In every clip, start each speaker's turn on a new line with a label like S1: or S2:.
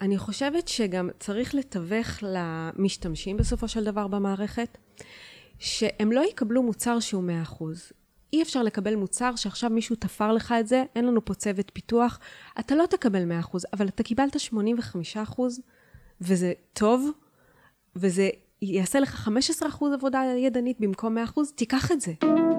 S1: אני חושבת שגם צריך לתווך למשתמשים בסופו של דבר במערכת, שהם לא יקבלו מוצר שהוא 100%. אי אפשר לקבל מוצר שעכשיו מישהו תפר לך את זה, אין לנו פה צוות פיתוח, אתה לא תקבל 100%, אבל אתה קיבלת 85%, וזה טוב, וזה יעשה לך 15% עבודה ידנית במקום 100%, תיקח את זה.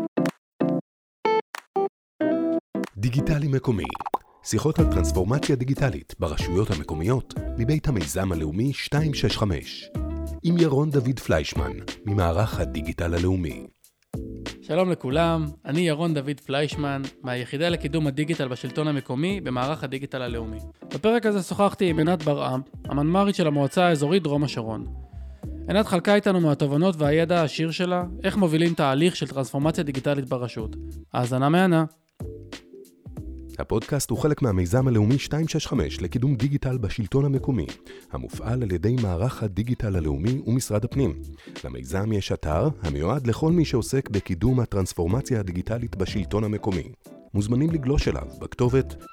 S2: דיגיטלי מקומי, שיחות על טרנספורמציה דיגיטלית ברשויות המקומיות, מבית המיזם הלאומי 265, עם ירון דוד פליישמן, ממערך הדיגיטל הלאומי.
S3: שלום לכולם, אני ירון דוד פליישמן, מהיחידה לקידום הדיגיטל בשלטון המקומי במערך הדיגיטל הלאומי. בפרק הזה שוחחתי עם עינת ברעם, המנמ"רית של המועצה האזורית דרום השרון. עינת חלקה איתנו מהתובנות והידע העשיר שלה, איך מובילים תהליך של טרנספורמציה דיגיטלית ברשות. האזנה מהנה.
S2: הפודקאסט הוא חלק מהמיזם הלאומי 265 לקידום דיגיטל בשלטון המקומי, המופעל על ידי מערך הדיגיטל הלאומי ומשרד הפנים. למיזם יש אתר המיועד לכל מי שעוסק בקידום הטרנספורמציה הדיגיטלית בשלטון המקומי. מוזמנים לגלוש אליו בכתובת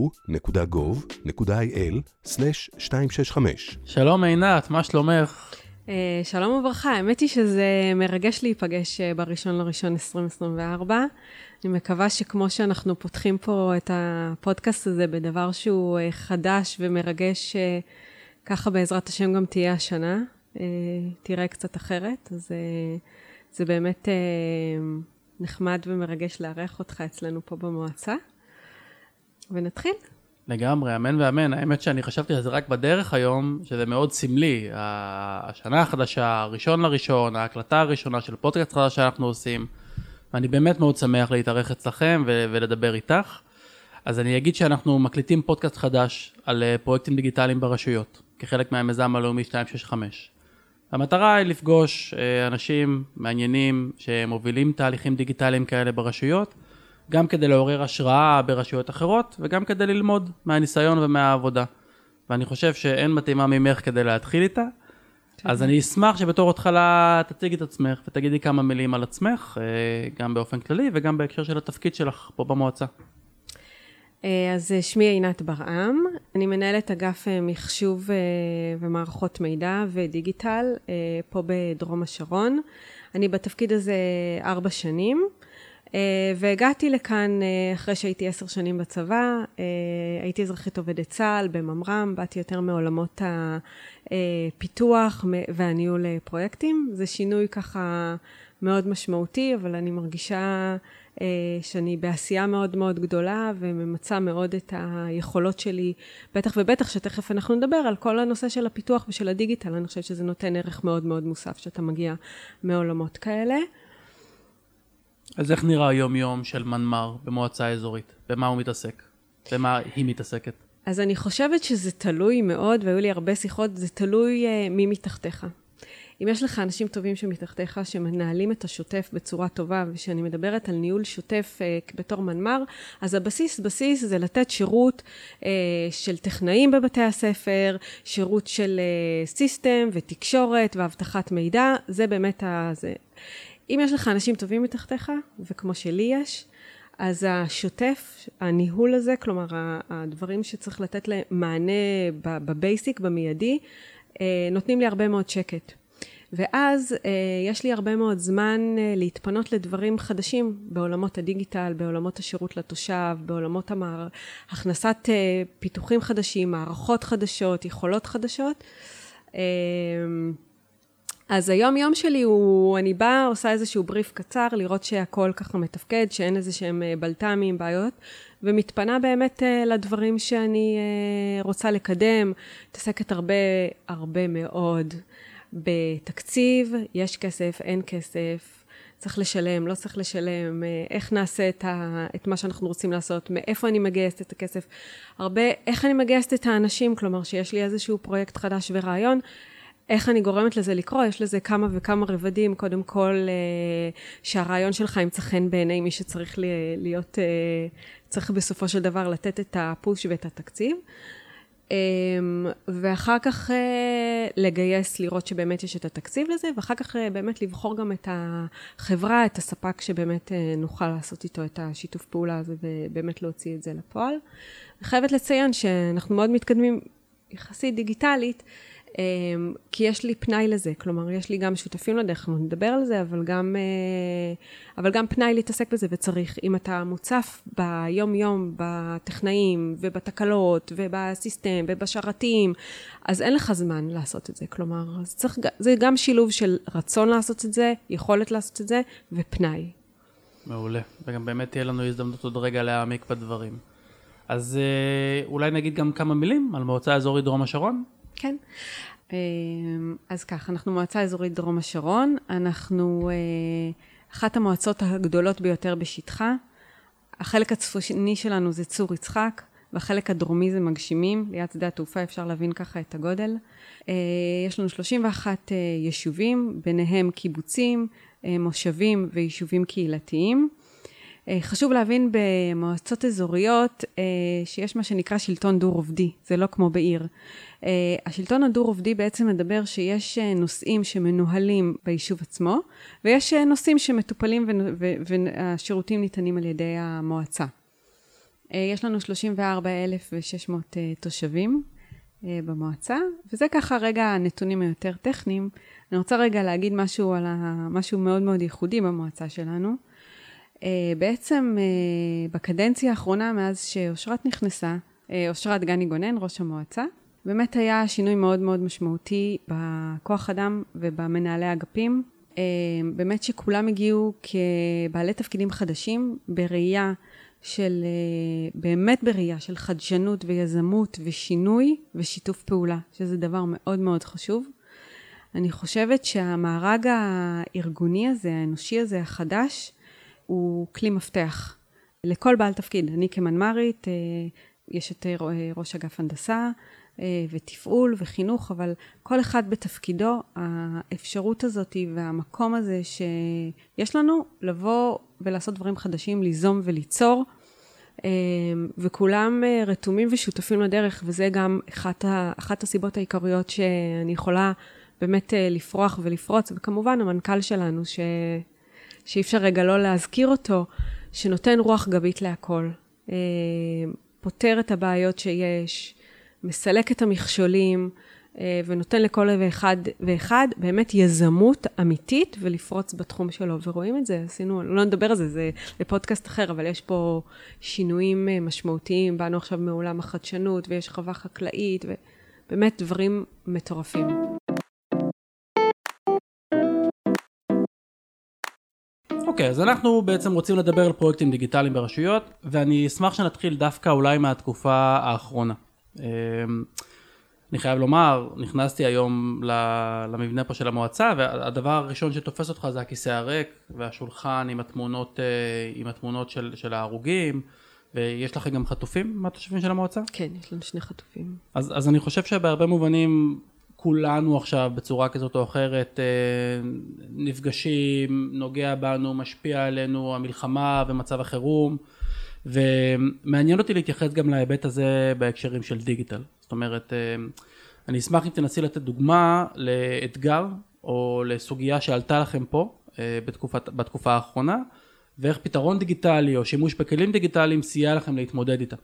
S2: go.gov.il/265.
S3: שלום עינת, מה שלומך?
S1: שלום וברכה, האמת היא שזה מרגש להיפגש ב1.1.2024. אני מקווה שכמו שאנחנו פותחים פה את הפודקאסט הזה בדבר שהוא חדש ומרגש, ככה בעזרת השם גם תהיה השנה, תראה קצת אחרת. אז זה באמת נחמד ומרגש לארח אותך אצלנו פה במועצה. ונתחיל.
S3: לגמרי, אמן ואמן. האמת שאני חשבתי על זה רק בדרך היום, שזה מאוד סמלי. השנה החדשה, הראשון לראשון, ההקלטה הראשונה של פודקאסט חדש שאנחנו עושים. ואני באמת מאוד שמח להתארח אצלכם ולדבר איתך. אז אני אגיד שאנחנו מקליטים פודקאסט חדש על פרויקטים דיגיטליים ברשויות, כחלק מהמיזם הלאומי 265. המטרה היא לפגוש אנשים מעניינים שמובילים תהליכים דיגיטליים כאלה ברשויות, גם כדי לעורר השראה ברשויות אחרות, וגם כדי ללמוד מהניסיון ומהעבודה. ואני חושב שאין מתאימה ממך כדי להתחיל איתה. אז אני אשמח שבתור התחלה תציגי את עצמך ותגידי כמה מילים על עצמך, גם באופן כללי וגם בהקשר של התפקיד שלך פה במועצה.
S1: אז שמי עינת ברעם, אני מנהלת אגף מחשוב ומערכות מידע ודיגיטל פה בדרום השרון. אני בתפקיד הזה 4 שנים, והגעתי לכאן אחרי שהייתי 10 שנים בצבא. הייתי אזרחית עובדת צה"ל בממר"ם, באתי יותר מעולמות הפיתוח והניהול פרויקטים. זה שינוי ככה מאוד משמעותי, אבל אני מרגישה שאני בעשייה מאוד מאוד גדולה וממצה מאוד את היכולות שלי, בטח ובטח שתכף אנחנו נדבר על כל הנושא של הפיתוח ושל הדיגיטל. אני חושבת שזה נותן ערך מאוד מאוד מוסף שאתה מגיע מעולמות כאלה.
S3: אז איך נראה היום-יום של מנמ"ר במועצה האזורית? במה הוא מתעסק? במה היא מתעסקת?
S1: אז אני חושבת שזה תלוי מאוד, והיו לי הרבה שיחות, זה תלוי מי מתחתיך. אם יש לך אנשים טובים שמתחתיך, שמנהלים את השוטף בצורה טובה, ושאני מדברת על ניהול שוטף בתור מנמ"ר, אז בסיס זה לתת שירות של טכנאים בבתי הספר, שירות של סיסטם ותקשורת והבטחת מידע, זה באמת זה. אם יש לך אנשים טובים מתחתיך, וכמו שלי יש, אז השוטף, הניהול הזה, כלומר הדברים שצריך לתת להם מענה בבייסיק, במיידי, נותנים לי הרבה מאוד שקט. ואז יש לי הרבה מאוד זמן להתפנות לדברים חדשים בעולמות הדיגיטל, בעולמות השירות לתושב, בעולמות הכנסת פיתוחים חדשים, מערכות חדשות, יכולות חדשות. אז היום שלי הוא, אני באה, עושה איזשהו בריף קצר, לראות שהכל ככה מתפקד, שאין איזה שהם בלת"מים, בעיות, ומתפנה באמת לדברים שאני רוצה לקדם, מתעסקת הרבה מאוד בתקציב, יש כסף, אין כסף, צריך לשלם, לא צריך לשלם, איך נעשה את מה שאנחנו רוצים לעשות, מאיפה אני מגייסת את הכסף, איך אני מגייסת את האנשים, כלומר שיש לי איזשהו פרויקט חדש ורעיון, איך אני גורמת לזה לקרוא? יש לזה כמה וכמה רבדים. קודם כל, שהרעיון שלך ימצא חן בעיני מי שצריך להיות, צריך בסופו של דבר לתת את הפוש ואת התקציב. ואחר כך לגייס, לראות שבאמת יש את התקציב לזה, ואחר כך באמת לבחור גם את החברה, את הספק שבאמת נוכל לעשות איתו את השיתוף פעולה הזה, ובאמת להוציא את זה לפועל. אני חייבת לציין שאנחנו מאוד מתקדמים, יחסית דיגיטלית, כי יש לי פנאי לזה, כלומר, יש לי גם שותפים לדרך, אנחנו נדבר על זה, אבל גם פנאי להתעסק בזה, וצריך, אם אתה מוצף ביום-יום, בטכנאים, ובתקלות, ובסיסטם, ובשרתים, אז אין לך זמן לעשות את זה, כלומר, זה גם שילוב של רצון לעשות את זה, יכולת לעשות את זה, ופנאי.
S3: מעולה, וגם באמת תהיה לנו הזדמנות עוד רגע להעמיק בדברים. אז אולי נגיד גם כמה מילים על מועצה אזורית דרום השרון?
S1: כן. אז כך, אנחנו מועצה אזורית דרום השרון, אנחנו אחת המועצות הגדולות ביותר בשטחה. החלק הצפוני שלנו זה צור יצחק, והחלק הדרומי זה מגשימים, ליד שדה התעופה אפשר להבין ככה את הגודל. יש לנו 31 יישובים, ביניהם קיבוצים, מושבים ויישובים קהילתיים. חשוב להבין במועצות אזוריות שיש מה שנקרא שלטון דו רובדי, זה לא כמו בעיר. השלטון הדו רובדי בעצם מדבר שיש נושאים שמנוהלים ביישוב עצמו, ויש נושאים שמטופלים והשירותים ניתנים על ידי המועצה. יש לנו 34,600 תושבים במועצה, וזה ככה רגע הנתונים היותר טכניים. אני רוצה רגע להגיד משהו מאוד מאוד ייחודי במועצה שלנו. בעצם בקדנציה האחרונה, מאז שאושרת נכנסה, אושרת גני גונן, ראש המועצה, באמת היה שינוי מאוד מאוד משמעותי בכוח אדם ובמנהלי אגפים. באמת שכולם הגיעו כבעלי תפקידים חדשים, באמת בראייה של חדשנות ויזמות ושינוי ושיתוף פעולה, שזה דבר מאוד מאוד חשוב. אני חושבת שהמארג הארגוני הזה, האנושי הזה, החדש, הוא כלי מפתח לכל בעל תפקיד. אני כמנמ"רית, יש את ראש אגף הנדסה ותפעול וחינוך, אבל כל אחד בתפקידו, האפשרות הזאת והמקום הזה שיש לנו לבוא ולעשות דברים חדשים, ליזום וליצור, וכולם רתומים ושותפים לדרך, וזה גם אחת הסיבות העיקריות שאני יכולה באמת לפרוח ולפרוץ, וכמובן המנכ"ל שלנו שאי אפשר רגע לא להזכיר אותו, שנותן רוח גבית להכל, פותר את הבעיות שיש, מסלק את המכשולים, ונותן לכל ואחד באמת יזמות אמיתית ולפרוץ בתחום שלו, ורואים את זה, לא נדבר על זה, זה לפודקאסט אחר, אבל יש פה שינויים משמעותיים, באנו עכשיו מעולם החדשנות, ויש חווה חקלאית, ובאמת דברים מטורפים.
S3: אוקיי, אז אנחנו בעצם רוצים לדבר על פרויקטים דיגיטליים ברשויות, ואני אשמח שנתחיל דווקא אולי מהתקופה האחרונה. אני חייב לומר, נכנסתי היום למבנה פה של המועצה, והדבר הראשון שתופס אותך זה הכיסא הריק, והשולחן עם התמונות של ההרוגים, ויש לכם גם חטופים מהתושבים של המועצה?
S1: כן, יש לנו 2 חטופים.
S3: אז אני חושב שבהרבה מובנים, כולנו עכשיו בצורה כזאת או אחרת נפגשים, נוגע בנו, משפיע עלינו המלחמה ומצב החירום, ומעניין אותי להתייחס גם להיבט הזה בהקשרים של דיגיטל. זאת אומרת, אני אשמח אם תנסי לתת דוגמה לאתגר או לסוגיה שעלתה לכם פה בתקופה האחרונה, ואיך פתרון דיגיטלי או שימוש בכלים דיגיטליים סייע לכם להתמודד איתה.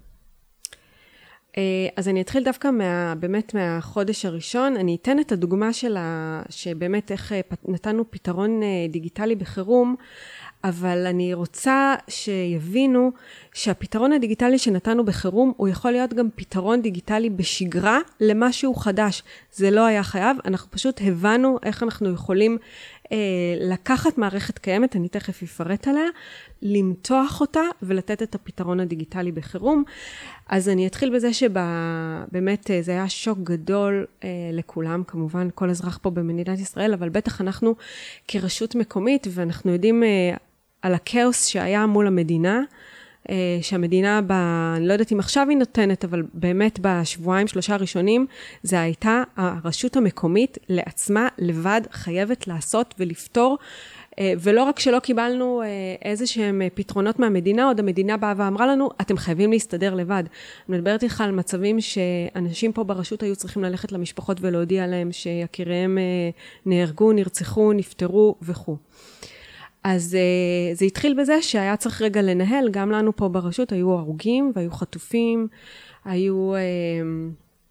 S1: אז אני אתחיל דווקא באמת מהחודש הראשון. אני אתן את הדוגמה שבאמת איך נתנו פתרון דיגיטלי בחירום, אבל אני רוצה שיבינו שהפתרון הדיגיטלי שנתנו בחירום, הוא יכול להיות גם פתרון דיגיטלי בשגרה למשהו חדש. זה לא היה חייב, אנחנו פשוט הבנו איך אנחנו יכולים לקחת מערכת קיימת, אני תכף אפרט עליה, למתוח אותה ולתת את הפתרון הדיגיטלי בחירום. אז אני אתחיל בזה שבאמת זה היה שוק גדול לכולם, כמובן כל אזרח פה במדינת ישראל, אבל בטח אנחנו כרשות מקומית, ואנחנו יודעים על הכאוס שהיה מול המדינה, שהמדינה, אני לא יודעת אם עכשיו היא נותנת, אבל באמת בשבועיים 3 הראשונים, זה הייתה הרשות המקומית לעצמה לבד חייבת לעשות ולפתור, ולא רק שלא קיבלנו איזה שהם פתרונות מהמדינה, עוד המדינה באה ואמרה לנו, אתם חייבים להסתדר לבד. אני מדברת איתך על מצבים שאנשים פה ברשות היו צריכים ללכת למשפחות ולהודיע להם שיקיריהם נהרגו, נרצחו, נפטרו וכו'. אז זה התחיל בזה שהיה צריך רגע לנהל, גם לנו פה ברשות היו הרוגים והיו חטופים, היו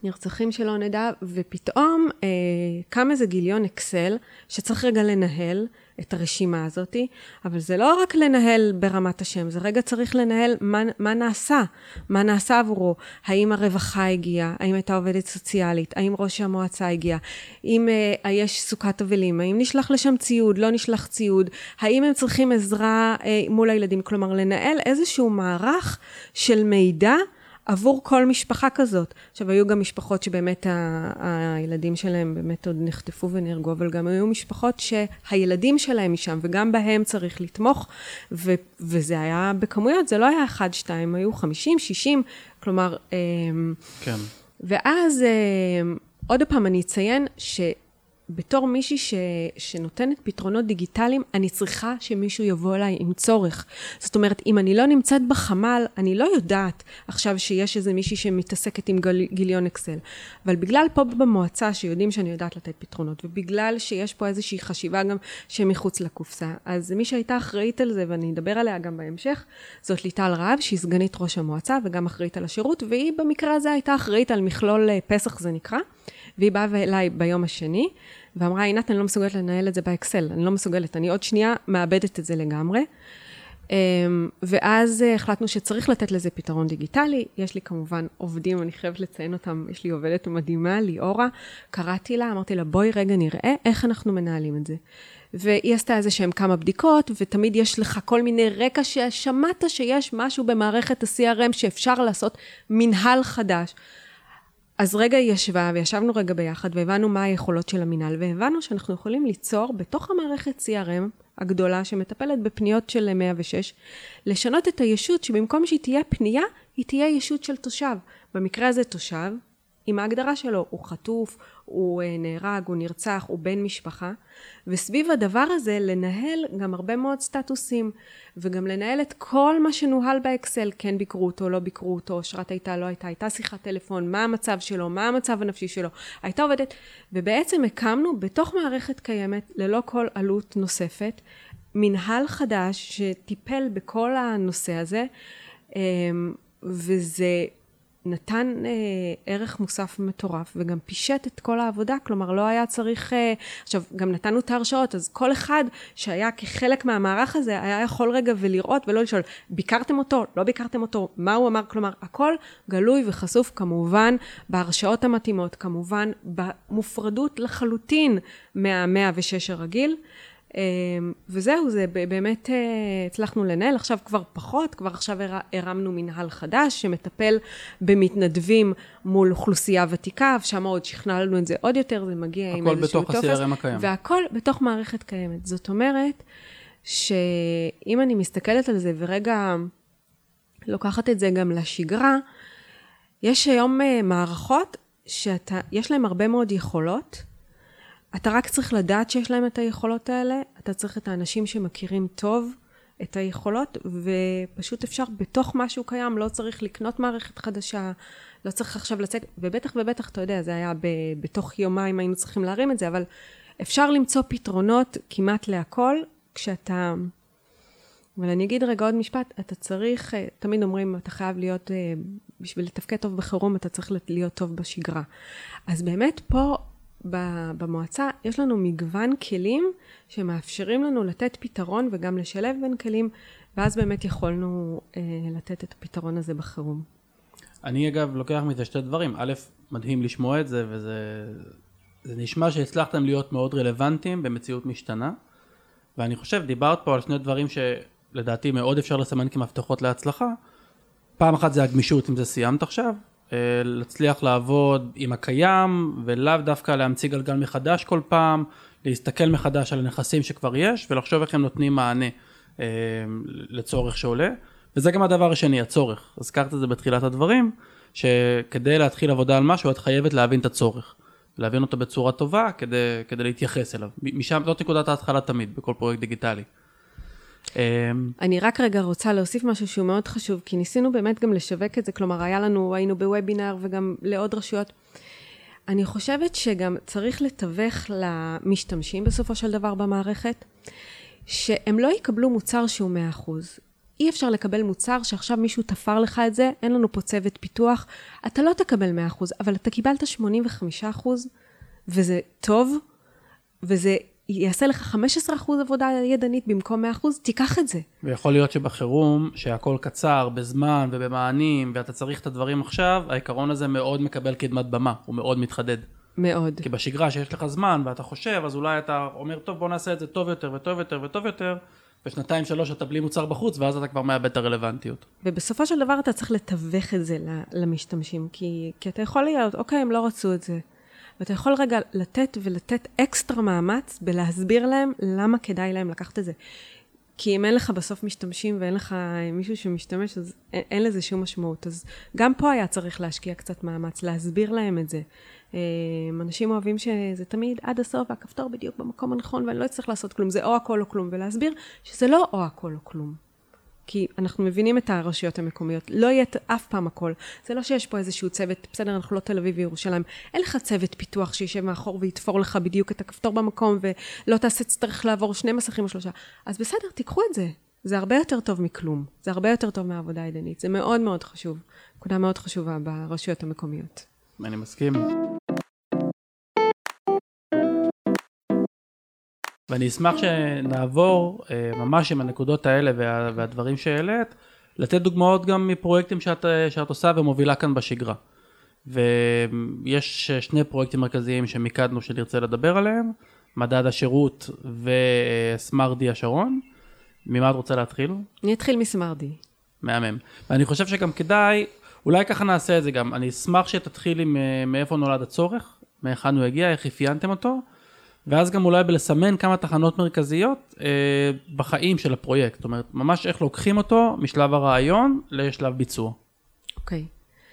S1: נרצחים שלא נדע, ופתאום קם איזה גיליון אקסל, שצריך רגע לנהל את הרשימה הזאת, אבל זה לא רק לנהל ברמת השם, זה רגע צריך לנהל מה נעשה עבורו, האם הרווחה הגיעה, האם הייתה עובדת סוציאלית, האם ראש המועצה הגיע, אם יש סוכת אבלים, האם נשלח לשם ציוד, לא נשלח ציוד, האם הם צריכים עזרה מול הילדים, כלומר לנהל איזשהו מערך של מידע, עבור כל משפחה כזאת. עכשיו, היו גם משפחות שבאמת הילדים שלהם באמת עוד נחטפו ונהרגו, אבל גם היו משפחות שהילדים שלהם משם, וגם בהם צריך לתמוך, וזה היה בכמויות, זה לא היה 1-2, היו 50, 60, כלומר,
S3: כן.
S1: ואז, עוד פעם אני אציין בתור מישהי שנותנת פתרונות דיגיטליים, אני צריכה שמישהו יבוא אליי עם צורך. זאת אומרת, אם אני לא נמצאת בחמ"ל, אני לא יודעת עכשיו שיש איזה מישהי שמתעסקת עם גיליון אקסל. אבל בגלל פה במועצה שיודעים שאני יודעת לתת פתרונות, ובגלל שיש פה איזושהי חשיבה גם שמחוץ לקופסה, אז מי שהייתה אחראית על זה, ואני אדבר עליה גם בהמשך, זאת ליטל רהב, שהיא סגנית ראש המועצה, וגם אחראית על השירות, והיא במקרה הזה הייתה אחראית על מכלול פסח זה נקרא, והיא באה אליי ביום השני, ואמרה, עינת, אני לא מסוגלת לנהל את זה באקסל, אני לא מסוגלת, אני עוד שנייה מאבדת את זה לגמרי. ואז החלטנו שצריך לתת לזה פתרון דיגיטלי, יש לי כמובן עובדים, אני חייבת לציין אותם, יש לי עובדת מדהימה, ליאורה, קראתי לה, אמרתי לה, בואי רגע נראה איך אנחנו מנהלים את זה. והיא עשתה איזה שהם כמה בדיקות, ותמיד יש לך כל מיני רקע ששמעת שיש משהו במערכת ה-CRM שאפשר לעשות מנהל חדש. אז רגע היא ישבה, וישבנו רגע ביחד, והבנו מה היכולות של המנהל, והבנו שאנחנו יכולים ליצור בתוך המערכת CRM הגדולה, שמטפלת בפניות של 106, לשנות את הישות, שבמקום שהיא תהיה פנייה, היא תהיה ישות של תושב. במקרה הזה תושב, עם ההגדרה שלו, הוא חטוף, הוא נהרג, הוא נרצח, הוא בן משפחה, וסביב הדבר הזה לנהל גם הרבה מאוד סטטוסים, וגם לנהל את כל מה שנוהל באקסל, כן ביקרו אותו, לא ביקרו אותו, אשרת הייתה, לא הייתה, הייתה שיחת טלפון, מה המצב שלו, מה המצב הנפשי שלו, הייתה עובדת, ובעצם הקמנו בתוך מערכת קיימת, ללא כל עלות נוספת, מנהל חדש שטיפל בכל הנושא הזה, וזה נתן ערך מוסף מטורף, וגם פישט את כל העבודה, כלומר לא היה צריך, עכשיו גם נתנו את ההרשאות, אז כל אחד שהיה כחלק מהמערך הזה, היה יכול רגע ולראות ולא לשאול, ביקרתם אותו, לא ביקרתם אותו, מה הוא אמר, כלומר הכל גלוי וחשוף כמובן, בהרשאות המתאימות, כמובן במופרדות לחלוטין מה-106 הרגיל, וזהו, זה באמת הצלחנו לנהל, עכשיו כבר פחות, כבר עכשיו הרמנו מנהל חדש שמטפל במתנדבים מול אוכלוסייה ותיקה, שם עוד שכנלנו את זה עוד יותר, זה מגיע עם איזשהו טופס. הכל בתוך ה-CRM הקיים. והכל בתוך מערכת קיימת. זאת אומרת, שאם אני מסתכלת על זה ורגע לוקחת את זה גם לשגרה, יש היום מערכות שיש להם הרבה מאוד יכולות, אתה רק צריך לדעת שיש להם את היכולות האלה, אתה צריך את האנשים שמכירים טוב את היכולות, ופשוט אפשר בתוך משהו קיים, לא צריך לקנות מערכת חדשה, לא צריך עכשיו לצאת, ובטח, אתה יודע, זה היה בתוך יומיים היינו צריכים להרים את זה, אבל אפשר למצוא פתרונות כמעט להכל, כשאתה, אבל אני אגיד רגע עוד משפט, אתה צריך, תמיד אומרים, אתה חייב להיות, בשביל לתפקד טוב בחירום, אתה צריך להיות טוב בשגרה. אז באמת פה, במועצה יש לנו מגוון כלים שמאפשרים לנו לתת פתרון וגם לשלב בין כלים, ואז באמת יכולנו לתת את הפתרון הזה בחירום.
S3: אני אגב לוקח מזה שתי דברים. א', מדהים לשמוע את זה, וזה נשמע שהצלחתם להיות מאוד רלוונטיים במציאות משתנה, ואני חושב, דיברת פה על שני דברים שלדעתי מאוד אפשר לסמן כמפתחות להצלחה. פעם אחת זה הגמישות, אם זה סיימת עכשיו, להצליח לעבוד עם הקיים, ולאו דווקא להמציא גלגל מחדש כל פעם, להסתכל מחדש על הנכסים שכבר יש, ולחשוב איך הם נותנים מענה לצורך שעולה. וזה גם הדבר השני, הצורך. הזכרת את זה בתחילת הדברים, שכדי להתחיל עבודה על משהו, את חייבת להבין את הצורך. להבין אותו בצורה טובה, כדי להתייחס אליו. משם זאת נקודת ההתחלה תמיד, בכל פרויקט דיגיטלי.
S1: אני רק רגע רוצה להוסיף משהו שהוא מאוד חשוב, כי ניסינו באמת גם לשווק את זה, כלומר היינו בוובינר וגם לעוד רשויות. אני חושבת שגם צריך לתווך למשתמשים בסופו של דבר במערכת, שהם לא יקבלו מוצר שהוא 100%. אי אפשר לקבל מוצר שעכשיו מישהו תפר לך את זה, אין לנו פה צוות פיתוח, אתה לא תקבל 100%, אבל אתה קיבלת 85%, וזה טוב, וזה יעשה לך 15% עבודה ידנית במקום 100%, תיקח את זה.
S3: ויכול להיות שבחירום, שהכל קצר, בזמן ובמענים, ואתה צריך את הדברים עכשיו, העיקרון הזה מאוד מקבל קדמת במה, הוא מאוד מתחדד.
S1: מאוד.
S3: כי בשגרה שיש לך זמן ואתה חושב, אז אולי אתה אומר, טוב, בוא נעשה את זה טוב יותר וטוב יותר וטוב יותר, ושנתיים שלוש אתה בלי מוצר בחוץ, ואז אתה כבר מאבד את הרלוונטיות.
S1: ובסופו של דבר אתה צריך לתווך את זה למשתמשים, כי אתה יכול להיות, אוקיי, הם לא רצו את זה. ואתה יכול רגע לתת אקסטרה מאמץ בלהסביר להם למה כדאי להם לקחת את זה. כי אם אין לך בסוף משתמשים ואין לך מישהו שמשתמש, אז אין לזה שום משמעות. אז גם פה היה צריך להשקיע קצת מאמץ, להסביר להם את זה. אנשים אוהבים שזה תמיד עד הסוף, והכפתור בדיוק במקום הנכון, ואני לא אצטרך לעשות כלום, זה או הכל או כלום, ולהסביר שזה לא או הכל או כלום. כי אנחנו מבינים את הרשויות המקומיות, לא יהיה אף פעם הכל. זה לא שיש פה איזשהו צוות, בסדר, אנחנו לא תל אביב וירושלים, אין לך צוות פיתוח שישב מאחור ויתפור לך בדיוק את הכפתור במקום, ולא תצטרך לעבור 2 מסכים או 3. אז בסדר, תיקחו את זה. זה הרבה יותר טוב מכלום. זה הרבה יותר טוב מהעבודה הידנית. זה מאוד מאוד חשוב. נקודה מאוד חשובה ברשויות המקומיות.
S3: אני מסכים. ואני אשמח שנעבור ממש עם הנקודות האלה והדברים שהעלית, לתת דוגמאות גם מפרויקטים שאת עושה ומובילה כאן בשגרה. ויש 2 פרויקטים מרכזיים שמיקדנו שנרצה לדבר עליהם, מדד השירות וסמרדי השרון. ממה את רוצה להתחיל?
S1: אני אתחיל מסמרדי.
S3: מהמם. ואני חושב שגם כדאי, אולי ככה נעשה את זה גם, אני אשמח שתתחיל עם מאיפה נולד הצורך, מהיכן הוא הגיע, איך אפיינתם אותו, ואז גם אולי בלסמן כמה תחנות מרכזיות בחיים של הפרויקט. זאת אומרת, ממש איך לוקחים אותו משלב הרעיון לשלב ביצוע.
S1: אוקיי.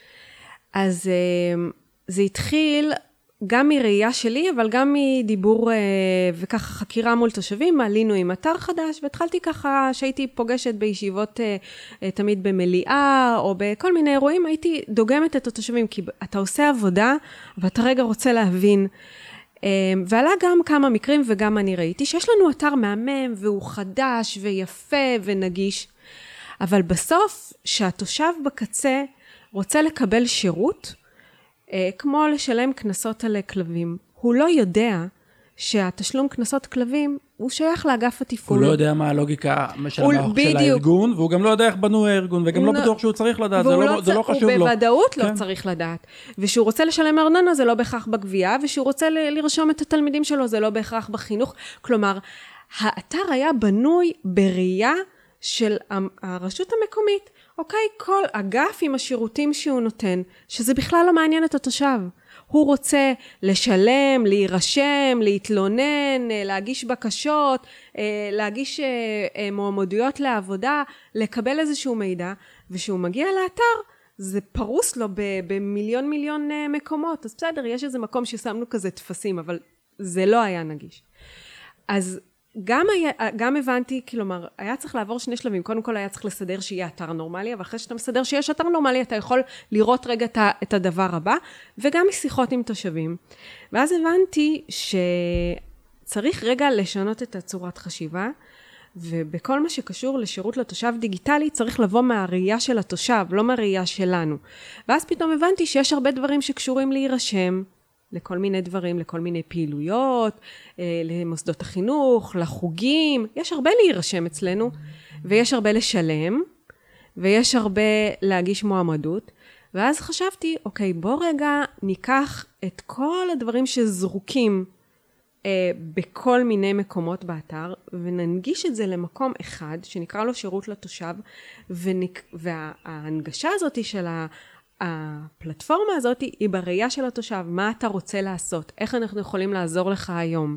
S1: אז זה התחיל גם מראייה שלי, אבל גם מדיבור וככה חקירה מול תושבים, עלינו עם אתר חדש, והתחלתי ככה שהייתי פוגשת בישיבות תמיד במליאה, או בכל מיני אירועים, הייתי דוגמת את התושבים, כי אתה עושה עבודה, ואתה רגע רוצה להבין, ועלה גם כמה מקרים וגם אני ראיתי שיש לנו אתר מהמם והוא חדש ויפה ונגיש, אבל בסוף שהתושב בקצה רוצה לקבל שירות, כמו לשלם קנסות על כלבים, הוא לא יודע שהתשלום קנסות כלבים הוא שייך לאגף התפעול.
S3: הוא לא יודע מה הלוגיקה של הארגון, והוא גם לא יודע איך בנו הארגון, וגם לא בטוח שהוא צריך לדעת, זה לא חשוב לו.
S1: הוא בוודאות לא צריך לדעת. ושהוא רוצה לשלם ארנונה, זה לא בהכרח בגבייה, ושהוא רוצה לרשום את התלמידים שלו, זה לא בהכרח בחינוך. כלומר, האתר היה בנוי בראייה של הרשות המקומית, אוקיי, כל אגף עם השירותים שהוא נותן, שזה בכלל לא מעניין את התושב. הוא רוצה לשלם, להירשם, להתלונן, להגיש בקשות, להגיש מועמדויות לעבודה, לקבל איזשהו מידע, ושהוא מגיע לאתר, זה פרוס לו במיליון מקומות. אז בסדר, יש איזה מקום ששמנו כזה תפסים, אבל זה לא היה נגיש. אז גם הבנתי, כלומר, היה צריך לעבור 2 שלבים. קודם כל היה צריך לסדר שיהיה אתר נורמלי, אבל אחרי שאתה מסדר שיש אתר נורמלי, אתה יכול לראות רגע את הדבר הבא, וגם משיחות עם תושבים. ואז הבנתי שצריך רגע לשנות את הצורת חשיבה, ובכל מה שקשור לשירות לתושב דיגיטלי, צריך לבוא מהראייה של התושב, לא מהראייה שלנו. ואז פתאום הבנתי שיש הרבה דברים שקשורים להירשם, לכל מיני דברים, לכל מיני פעילויות, למוסדות החינוך, לחוגים, יש הרבה להירשם אצלנו, ויש הרבה לשלם, ויש הרבה להגיש מועמדות, ואז חשבתי, אוקיי, בוא רגע ניקח את כל הדברים שזרוקים בכל מיני מקומות באתר, וננגיש את זה למקום אחד, שנקרא לו שירות לתושב, וההנגשה הזאת של הפלטפורמה הזאת היא בראייה של התושב, מה אתה רוצה לעשות, איך אנחנו יכולים לעזור לך היום.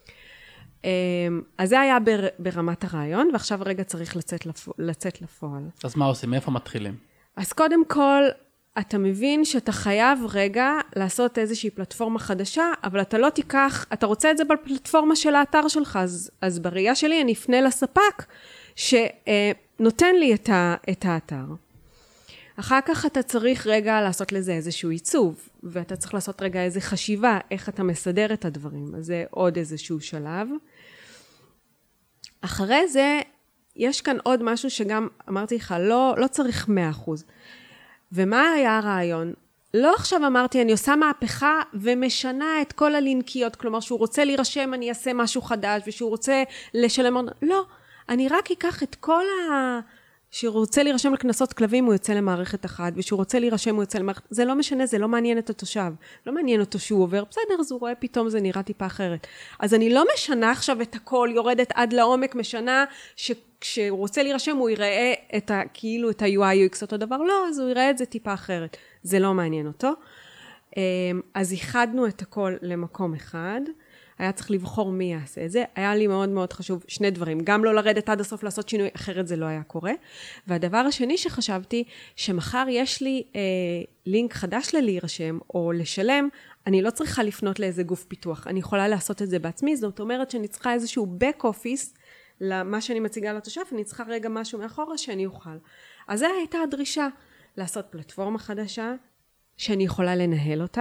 S1: אז זה היה ברמת הרעיון, ועכשיו רגע צריך לצאת לפועל.
S3: אז מה עושים? מאיפה מתחילים? אז
S1: קודם כל, אתה מבין שאתה חייב רגע לעשות איזושהי פלטפורמה חדשה, אבל אתה לא תיקח, אתה רוצה את זה בפלטפורמה של האתר שלך, אז בראייה שלי אני אפנה לספק שנותן לי את האתר. אחר כך אתה צריך רגע לעשות לזה איזשהו עיצוב, ואתה צריך לעשות רגע איזו חשיבה, איך אתה מסדר את הדברים. אז זה עוד איזשהו שלב. אחרי זה, יש כאן עוד משהו שגם אמרתי לך, לא צריך 100%. ומה היה הרעיון? לא עכשיו אמרתי, אני עושה מהפכה ומשנה את כל הלינקיות, כלומר שהוא רוצה להירשם, אני אעשה משהו חדש, ושהוא רוצה לשלם, לא, אני רק אקח את כל שהוא רוצה להירשם לכנסות כלבים, הוא יוצא למערכת אחת, ושהוא רוצה להירשם, הוא יוצא למערכת, זה לא משנה, זה לא מעניין את התושב, לא מעניין אותו שהוא עובר, בסדר, אז הוא רואה פתאום זה נראה טיפה אחרת. אז אני לא משנה עכשיו את הכל, יורדת עד לעומק, משנה כשהוא רוצה להירשם, הוא יראה כאילו את ה-UI UX אותו דבר, לא, אז הוא יראה את זה טיפה אחרת, זה לא מעניין אותו. אז איחדנו את הכל למקום אחד, היה צריך לבחור מי יעשה את זה, היה לי מאוד מאוד חשוב שני דברים, גם לא לרדת עד הסוף לעשות שינוי, אחרת זה לא היה קורה, והדבר השני שחשבתי, שמחר יש לי לינק חדש להירשם או לשלם, אני לא צריכה לפנות לאיזה גוף פיתוח, אני יכולה לעשות את זה בעצמי, זאת אומרת שאני צריכה איזשהו back office, למה שאני מציגה לתושב, אני צריכה רגע משהו מאחורה שאני אוכל. אז זו הייתה הדרישה, לעשות פלטפורמה חדשה, שאני יכולה לנהל אותה,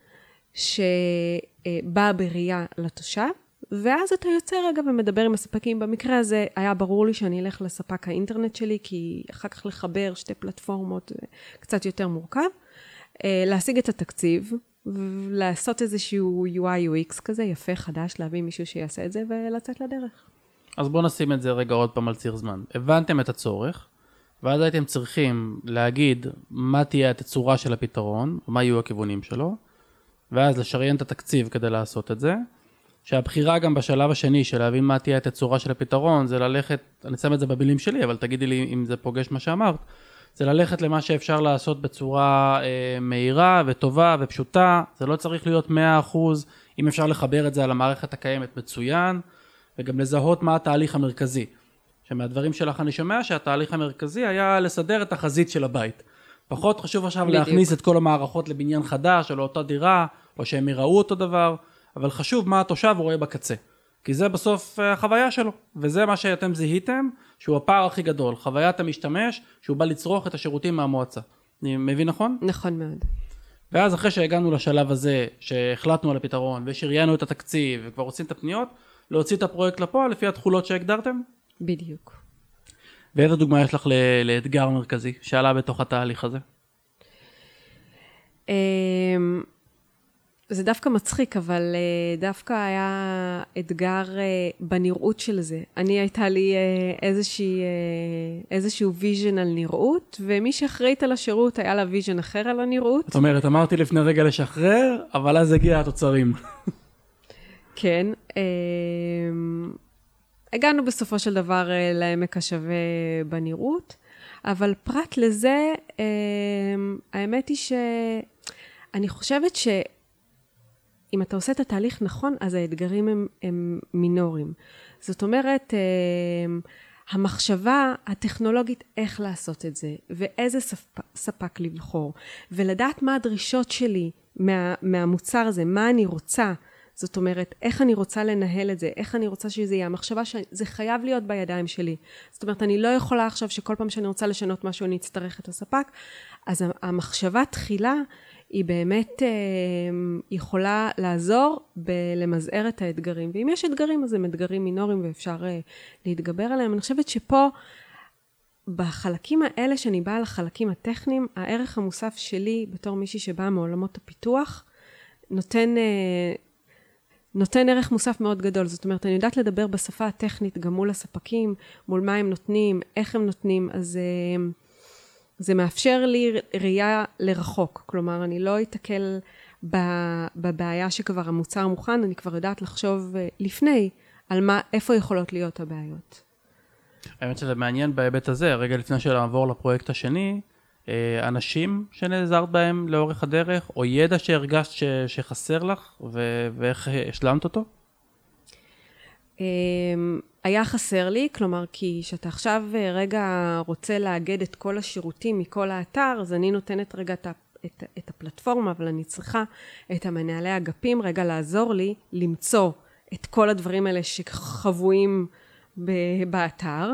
S1: שבאה בראייה לתושב, ואז אתה יוצא רגע ומדבר עם הספקים. במקרה הזה היה ברור לי שאני אלך לספק האינטרנט שלי, כי אחר כך לחבר שתי פלטפורמות קצת יותר מורכב, להשיג את התקציב, לעשות איזשהו UI UX כזה יפה, חדש, להביא מישהו שיעשה את זה ולצאת לדרך.
S3: אז בואו נשים את זה רגע עוד פעם על ציר זמן. הבנתם את הצורך, ואז הייתם צריכים להגיד מה תהיה התצורה של הפתרון, מה יהיו הכיוונים שלו, ואז לשריין את התקציב כדי לעשות את זה, שהבחירה גם בשלב השני של להבין מה תהיה התצורה של הפתרון, זה ללכת, אני שם את זה במילים שלי, אבל תגידי לי אם זה פוגש מה שאמרת, זה ללכת למה שאפשר לעשות בצורה מהירה וטובה ופשוטה, זה לא צריך להיות 100%, אם אפשר לחבר את זה על המערכת הקיימת מצוין, וגם לזהות מה התהליך המרכזי. שמהדברים שלך אני שומע שהתהליך המרכזי היה לסדר את החזית של הבית. פחות חשוב עכשיו להכניס את כל המערכות לבניין חדש, או לאותה דירה, או שהם יראו אותו דבר, אבל חשוב מה התושב רואה בקצה. כי זה בסוף החוויה שלו, וזה מה שאתם זיהיתם, שהוא הפער הכי גדול, חוויית המשתמש, שהוא בא לצרוך את השירותים מהמועצה. אני מבין נכון?
S1: נכון מאוד.
S3: ואז אחרי שהגענו לשלב הזה, שהחלטנו על הפתרון, ושריינו את התקציב, וכבר עושים את הפניות, להוציא את הפרויקט לפועל לפי התכולות שהגדרתם?
S1: בדיוק.
S3: ואיזה דוגמה יש לך לאתגר מרכזי שעלה בתוך התהליך הזה?
S1: זה דווקא מצחיק, אבל דווקא היה אתגר בנראות של זה. הייתה לי איזשהו ויז'ן על נראות, ומי שאחראית על השירות היה לה ויז'ן אחר על הנראות.
S3: זאת אומרת, אמרתי לפני רגע לשחרר, אבל אז הגיע התוצרים.
S1: כן. הגענו בסופו של דבר לעמק השווה בנראות, אבל פרט לזה, האמת היא שאני חושבת שאם אתה עושה את התהליך נכון, אז האתגרים הם מינוריים. זאת אומרת, המחשבה הטכנולוגית איך לעשות את זה, ואיזה ספק לבחור, ולדעת מה הדרישות שלי מהמוצר הזה, מה אני רוצה, זאת אומרת, איך אני רוצה לנהל את זה, איך אני רוצה שזה יהיה, המחשבה שזה חייב להיות בידיים שלי. זאת אומרת, אני לא יכולה עכשיו שכל פעם שאני רוצה לשנות משהו, אני אצטרך את הספק. אז המחשבה תחילה היא באמת יכולה לעזור בלמזער את האתגרים. ואם יש אתגרים, אז הם אתגרים מינוריים ואפשר להתגבר עליהם. אני חושבת שפה, בחלקים האלה שאני באה לחלקים הטכניים, הערך המוסף שלי בתור מישהי שבאה מעולמות הפיתוח, נותן ערך מוסף מאוד גדול. זאת אומרת, אני יודעת לדבר בשפה הטכנית גם מול הספקים, מול מה הם נותנים, איך הם נותנים, אז זה מאפשר לי ראייה לרחוק. כלומר, אני לא אתקל בבעיה שכבר המוצר מוכן, אני כבר יודעת לחשוב לפני על איפה יכולות להיות הבעיות.
S3: האמת שזה מעניין בהיבט הזה, רגע לפני שנעבור לפרויקט השני, אנשים שנעזרת בהם לאורך הדרך, או ידע שהרגשת שחסר לך, ואיך השלמת אותו?
S1: היה חסר לי, כלומר, כי שאתה עכשיו רגע רוצה לאגד את כל השירותים מכל האתר, אז אני נותנת רגע את הפלטפורמה, אבל אני צריכה את המנהלי אגפים רגע לעזור לי למצוא את כל הדברים האלה שחבויים באתר,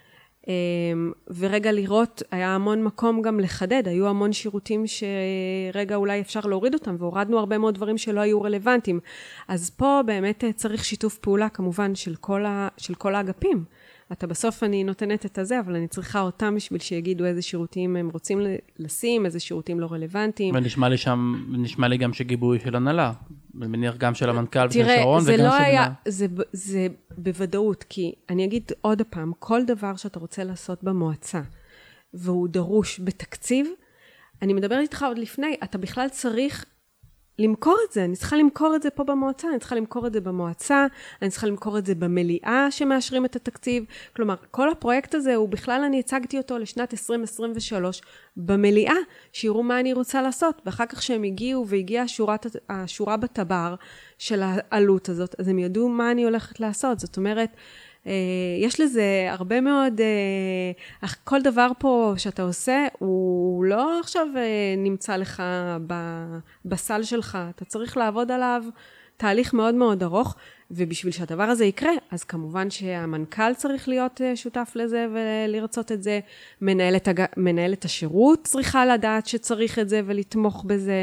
S1: ורגע לראות, היה המון מקום גם לחדד, היו המון שירותים שרגע אולי אפשר להוריד אותם, והורדנו הרבה מאוד דברים שלא היו רלוונטיים. אז פה באמת צריך שיתוף פעולה כמובן של כל האגפים. בסוף אני נותנת את הזה, אבל אני צריכה אותם בשביל שיגידו איזה שירותים הם רוצים לשים, איזה שירותים לא רלוונטיים.
S3: ונשמע לי גם שגיבוי של הנהלה, מניח גם של המנכ"ל ושל שרון
S1: וגם של
S3: הנהלה.
S1: זה בוודאות, כי אני אגיד עוד פעם, כל דבר שאתה רוצה לעשות במועצה, והוא דרוש בתקציב, אני מדברת איתך עוד לפני, אתה בכלל צריך למכור את זה, אני צריכה למכור את זה פה במועצה, אני צריכה למכור את זה במועצה, אני צריכה למכור את זה במליאה שמאשרים את התקציב, כלומר, כל הפרויקט הזה הוא בכלל, אני הצגתי אותו לשנת 2023 במליאה, שיראו מה אני רוצה לעשות, ואחר כך שהם הגיעו והגיעה השורה בטבר של העלות הזאת, אז הם ידעו מה אני הולכת לעשות, זאת אומרת, יש לזה הרבה מאוד, כל דבר פה שאתה עושה, הוא לא עכשיו נמצא לך בסל שלך, אתה צריך לעבוד עליו תהליך מאוד מאוד ארוך, ובשביל שהדבר הזה יקרה, אז כמובן שהמנכ"ל צריך להיות שותף לזה ולרצות את זה, מנהלת השירות צריכה לדעת שצריך את זה ולתמוך בזה,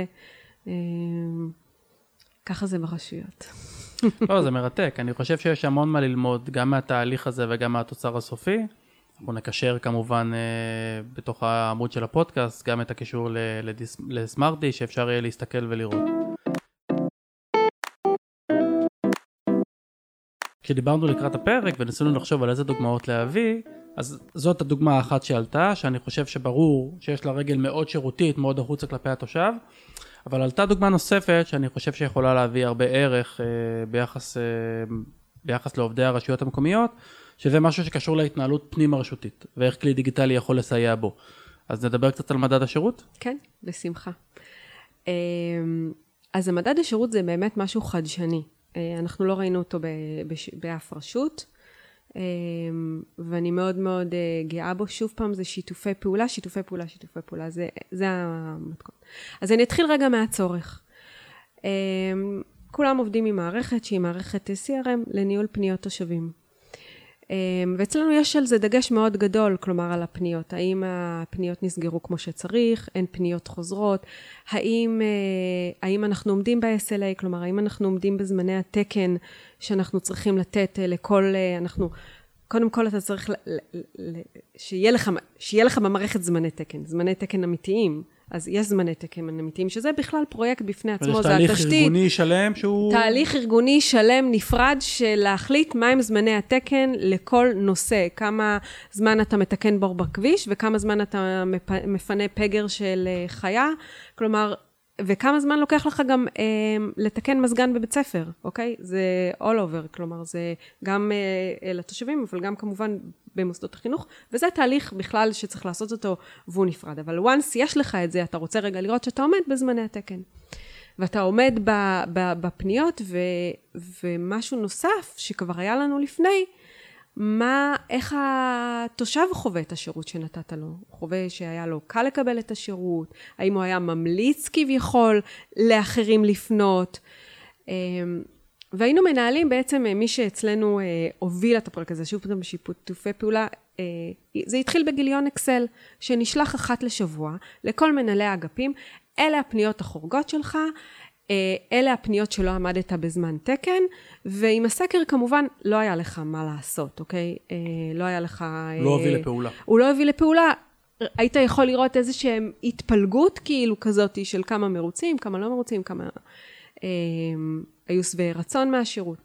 S1: ככה זה ברשויות.
S3: לא, זה מרתק. אני חושב שיש המון מה ללמוד, גם מהתהליך הזה וגם מהתוצר הסופי. אנחנו נקשר כמובן בתוך העמוד של הפודקאסט, גם את הקישור לסמארטי, שאפשר יהיה להסתכל ולראות. כשדיברנו לקראת הפרק וניסינו לחשוב על איזה דוגמאות להביא, אז זאת הדוגמה האחת שעלתה, שאני חושב שברור שיש לה רגל מאוד שירותית, מאוד החוצה כלפי התושב, אבל עלתה דוגמה נוספת שאני חושב שיכולה להביא הרבה ערך ביחס לעובדי הרשויות המקומיות, שזה משהו שקשור להתנהלות פנים הרשותית, ואיך כלי דיגיטלי יכול לסייע בו. אז נדבר קצת על מדד השירות?
S1: כן, בשמחה. אז המדד השירות זה באמת משהו חדשני. אנחנו לא ראינו אותו באף רשות, ואני מאוד מאוד גאה בו. שוב פעם, זה שיתופי פעולה, זה המתכון. אז אני אתחיל רגע מהצורך. כולם עובדים עם מערכת שהיא מערכת CRM לניהול פניות תושבים. ואצלנו יש על זה דגש מאוד גדול, כלומר על הפניות. האם הפניות נסגרו כמו שצריך, אין פניות חוזרות, האם אנחנו עומדים ב-SLA, כלומר האם אנחנו עומדים בזמני התקן שאנחנו צריכים לתת לכל, קודם כל אתה צריך שיהיה לך במערכת זמני תקן אמיתיים. אז יש זמני תקן אמיתיים, שזה בכלל פרויקט בפני עצמו, זה התשתית.
S3: תהליך ארגוני שלם שהוא...
S1: תהליך ארגוני שלם נפרד של להחליט מהם זמני התקן לכל נושא. כמה זמן אתה מתקן בור בכביש, וכמה זמן אתה מפנה פגר של חיה. כלומר, וכמה זמן לוקח לך גם לתקן מזגן בבית ספר, אוקיי? זה all over, כלומר, זה גם לתושבים, אבל גם כמובן במוסדות החינוך, וזה תהליך בכלל שצריך לעשות אותו והוא נפרד. אבל once יש לך את זה, אתה רוצה רגע לראות שאתה עומד בזמני התקן. ואתה עומד בפניות, ומשהו נוסף שכבר היה לנו לפני, איך התושב חווה את השירות שנתת לו? הוא חווה שהיה לו קל לקבל את השירות? האם הוא היה ממליץ כביכול לאחרים לפנות? והיינו מנהלים בעצם מי שאצלנו הוביל את הפרק הזה, שוב פעם בשיתופי פעולה, זה התחיל בגיליון אקסל, שנשלח אחת לשבוע לכל מנהלי האגפים, אלה הפניות החורגות שלך, אלה הפניות שלא עמדת בזמן תקן, ועם הסקר כמובן לא היה לך מה לעשות, אוקיי? לא היה לך...
S3: לא הוביל לפעולה.
S1: הוא לא הוביל לפעולה, היית יכול לראות איזושהי התפלגות כאילו כזאת של כמה מרוצים, כמה לא מרוצים, כמה היו שבעי רצון מהשירות.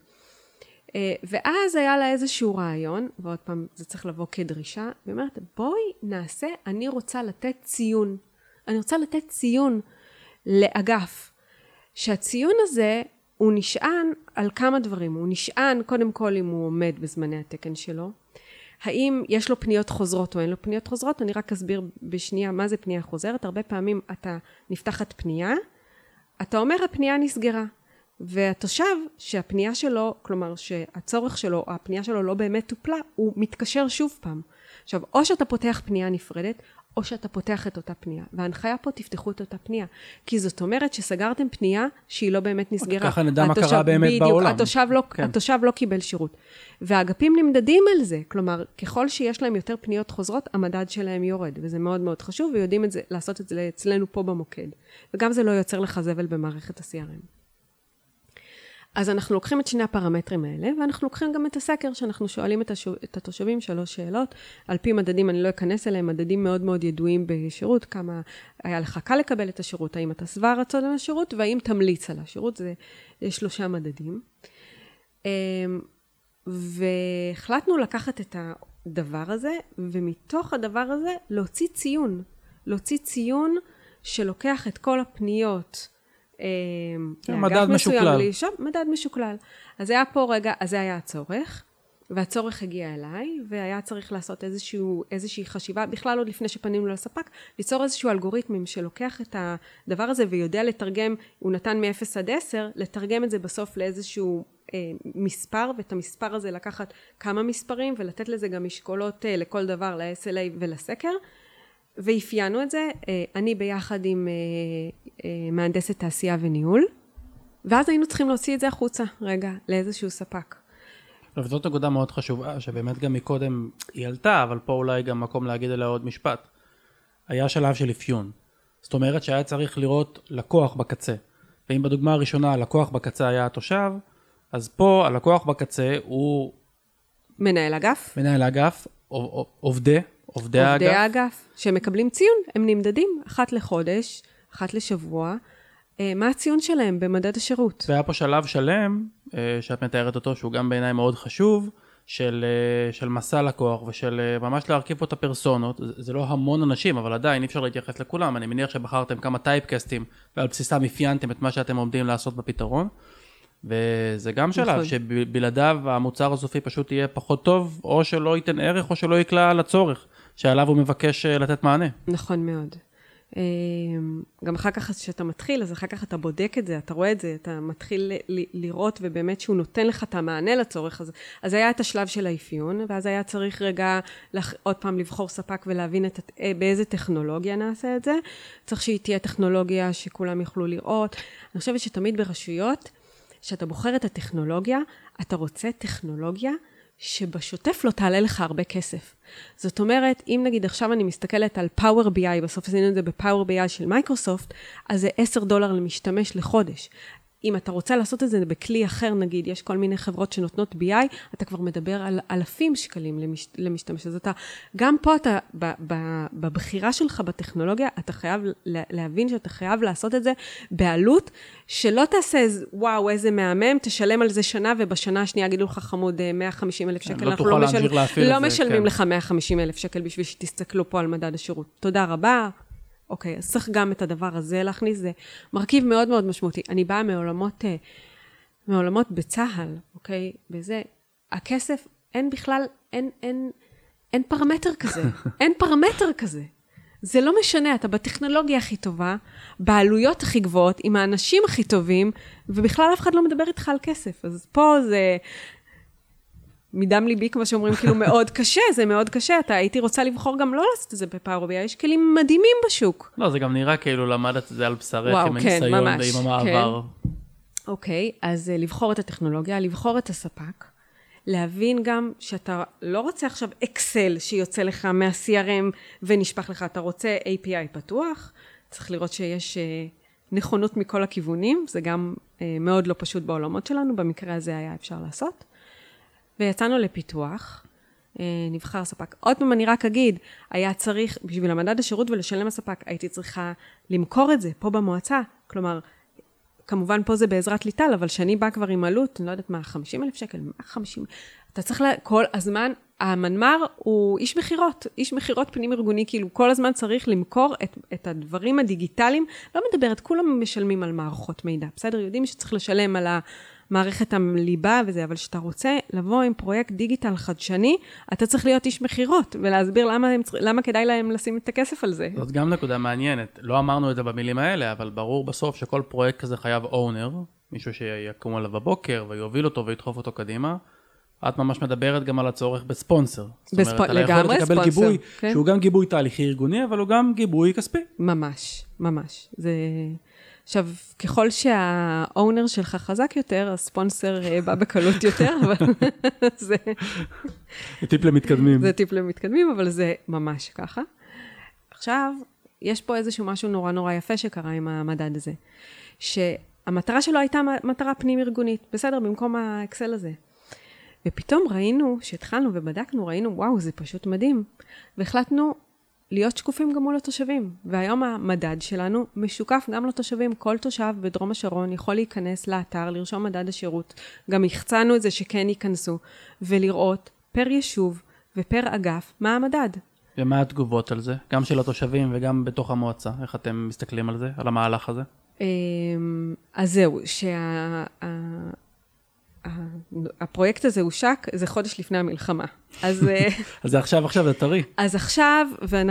S1: ואז היה לה איזשהו רעיון, ועוד פעם זה צריך לבוא כדרישה, ואומרת, בואי נעשה, אני רוצה לתת ציון. אני רוצה לתת ציון לאגף. שהציון הזה הוא נשען על כמה דברים. הוא נשען קודם כל אם הוא עומד בזמני התקן שלו. האם יש לו פניות חוזרות או אין לו פניות חוזרות? אני רק אסביר בשנייה מה זה פנייה חוזרת. הרבה פעמים אתה נפתחת פנייה, אתה אומר הפנייה נסגרה. והתושב שהפנייה שלו, כלומר שהצורך שלו או הפנייה שלו לא באמת טופלה, הוא מתקשר שוב פעם. עכשיו, או שאתה פותח פנייה נפרדת, או שאתה פותח את אותה פנייה. וההנחיה פה תפתחו את אותה פנייה. כי זאת אומרת שסגרתם פנייה שהיא לא באמת נסגרה.
S3: ככה נדע מה קרה באמת בעולם.
S1: התושב לא קיבל שירות. והאגפים נמדדים על זה. כלומר, ככל שיש להם יותר פניות חוזרות, המדד שלהם יורד. וזה מאוד מאוד חשוב, ויודעים את זה, לעשות את זה אצלנו פה במוקד. וגם זה לא יוצר לך זבל במערכת ה-CRM. אז אנחנו לוקחים את שני הפרמטרים האלה, ואנחנו לוקחים גם את הסקר, שאנחנו שואלים את התושבים 3 שאלות, על פי מדדים, אני לא אכנס אליהם, מדדים מאוד מאוד ידועים בשירות, כמה היה לך קל לקבל את השירות, האם אתה שבע רצון על השירות, והאם תמליץ על השירות, זה 3 מדדים. והחלטנו לקחת את הדבר הזה, ומתוך הדבר הזה להוציא ציון שלוקח את כל הפניות,
S3: מדד משוקלל.
S1: מדד משוקלל. אז היה פה רגע, אז זה היה הצורך, והצורך הגיע אליי, והיה צריך לעשות איזושהי חשיבה, בכלל עוד לפני שפנינו לספק, ליצור איזשהו אלגוריתמים שלוקח את הדבר הזה, ויודע לתרגם, הוא נתן מ-0 עד 10, לתרגם את זה בסוף לאיזשהו מספר, ואת המספר הזה לקחת כמה מספרים, ולתת לזה גם משקולות לכל דבר, ל-SLA ולסקר, ואפיינו את זה, אני ביחד עם מהנדסת תעשייה וניהול, ואז היינו צריכים להוציא את זה החוצה, רגע, לאיזשהו ספק.
S3: וזאת נקודה מאוד חשובה, שבאמת גם מקודם היא עלתה, אבל פה אולי גם מקום להגיד עליה עוד משפט. היה שלב של אפיון. זאת אומרת שהיה צריך לראות לקוח בקצה. ואם בדוגמה הראשונה הלקוח בקצה היה התושב, אז פה הלקוח בקצה הוא...
S1: מנהל אגף.
S3: מנהל אגף, עובדי
S1: האגף, שמקבלים ציון, הם נמדדים 1 לחודש, 1 לשבוע, מה הציון שלהם במדד השירות?
S3: והיה פה שלב שלם, שאת מתארת אותו, שהוא גם בעיניי מאוד חשוב, של מסע לקוח, ושל ממש להרכיב פה את הפרסונות, זה לא המון אנשים, אבל עדיין אי אפשר להתייחס לכולם, אני מניח שבחרתם כמה טייפקסטים, ועל בסיסם אפיינתם את מה שאתם עומדים לעשות בפתרון, וזה גם שלב שבלעדיו המוצר הסופי פשוט יהיה פחות טוב, או שלא ייתן ערך, או שלא יקלע לצורך, שעליו הוא מבקש לתת מענה.
S1: נכון מאוד. גם אחר כך שאתה מתחיל, אז אחר כך אתה בודק את זה, אתה רואה את זה, אתה מתחיל לראות, ובאמת שהוא נותן לך את המענה לצורך הזה. אז היה את השלב של האפיון, ואז היה צריך רגע עוד פעם לבחור ספק ולהבין באיזה טכנולוגיה נעשה את זה. צריך שהיא תהיה טכנולוגיה שכולם יוכלו לראות. אני חושבת שתמיד ברשויות, שאתה בוחר את הטכנולוגיה, אתה רוצה טכנולוגיה שבשוטף לא תעלה לך הרבה כסף. זאת אומרת, אם נגיד עכשיו אני מסתכלת על Power BI, בסוף עשינו את זה ב-Power BI של מייקרוסופט, אז זה $10 למשתמש לחודש. אם אתה רוצה לעשות את זה בכלי אחר, נגיד, יש כל מיני חברות שנותנות BI, אתה כבר מדבר על אלפים שקלים למשתמש. אז אתה, גם פה אתה, בבחירה שלך בטכנולוגיה, אתה חייב להבין שאתה חייב לעשות את זה בעלות, שלא תעשה, וואו, איזה מהמם, תשלם על זה שנה, ובשנה השנייה יגידו לך חמוד 150,000 שקל.
S3: לא תוכל להמשיך להפעיל את זה.
S1: לא משלמים לך 150,000 שקל בשביל שתסתכלו פה על מדד השירות. תודה רבה. אוקיי, אז צריך גם את הדבר הזה להכניס, זה מרכיב מאוד מאוד משמעותי. אני באה מעולמות בצהל, אוקיי? בזה, הכסף, אין בכלל, אין פרמטר כזה. אין פרמטר כזה. זה לא משנה, אתה בטכנולוגיה הכי טובה, בעלויות הכי גבוהות, עם האנשים הכי טובים, ובכלל אף אחד לא מדבר איתך על כסף. אז פה זה... מדם ליבי, כמו שאומרים, כאילו מאוד קשה, זה מאוד קשה, הייתי רוצה לבחור גם לא לעשות את זה בפאוור BI, יש כלים מדהימים בשוק.
S3: לא, זה גם נראה כאילו למדת את זה על בשרך, עם הניסיון ועם המעבר.
S1: אוקיי, אז לבחור את הטכנולוגיה, לבחור את הספק, להבין גם שאתה לא רוצה עכשיו אקסל שיוצא לך מה-CRM ונשפך לך, אתה רוצה API פתוח, צריך לראות שיש נכונות מכל הכיוונים, זה גם מאוד לא פשוט בעולמות שלנו, במקרה הזה היה אפשר לעשות. ויצאנו לפיתוח, נבחר ספק. עוד פעם אני רק אגיד, היה צריך, בשביל המדד השירות ולשלם הספק, הייתי צריכה למכור את זה פה במועצה, כלומר, כמובן פה זה בעזרת ליטל, אבל שאני באה כבר עם עלות, אני לא יודעת מה, 50,000 שקל, 150, אתה צריך כל הזמן, המנמ"ר הוא איש מחירות פנים ארגוני, כאילו כל הזמן צריך למכור את הדברים הדיגיטליים, לא מדברת, כולם משלמים על מערכות מידע, בסדר? יודעים שצריך לשלם על מערכת הליבה וזה, אבל שאתה רוצה לבוא עם פרויקט דיגיטל חדשני, אתה צריך להיות איש מחירות, ולהסביר למה כדאי להם לשים את הכסף על זה.
S3: זאת גם נקודה מעניינת. לא אמרנו את זה במילים האלה, אבל ברור בסוף שכל פרויקט כזה חייב אונר, מישהו שיקום עליו בבוקר, ויוביל אותו וידחוף אותו קדימה. את ממש מדברת גם על הצורך בספונסר. זאת אומרת, אתה יכול לקבל גיבוי, שהוא גם גיבוי תהליכי ארגוני, אבל הוא גם גיבוי כספי.
S1: ממש, ממש. זה... עכשיו, ככל שהאונר שלך חזק יותר, הספונסר בא בקלות יותר, אבל זה...
S3: זה טיפ למתקדמים.
S1: זה טיפ למתקדמים, אבל זה ממש ככה. עכשיו, יש פה איזשהו משהו נורא נורא יפה שקרה עם המדד הזה, המטרה שלו הייתה מטרה פנים ארגונית, בסדר, במקום האקסל הזה. ופתאום ראינו, שהתחלנו ובדקנו, ראינו, וואו, זה פשוט מדהים. והחלטנו להיות שקופים גם מול התושבים. והיום המדד שלנו משוקף גם לתושבים. כל תושב בדרום השרון יכול להיכנס לאתר, לרשום מדד השירות. גם החצנו את זה שכן ייכנסו, ולראות פר יישוב ופר אגף מה המדד.
S3: ומה התגובות על זה? גם של התושבים וגם בתוך המועצה. איך אתם מסתכלים על זה, על המהלך הזה?
S1: אז זהו, הפרויקט הזה הושק, זה חודש לפני המלחמה. אז
S3: זה עכשיו זה טרי.
S1: אז עכשיו,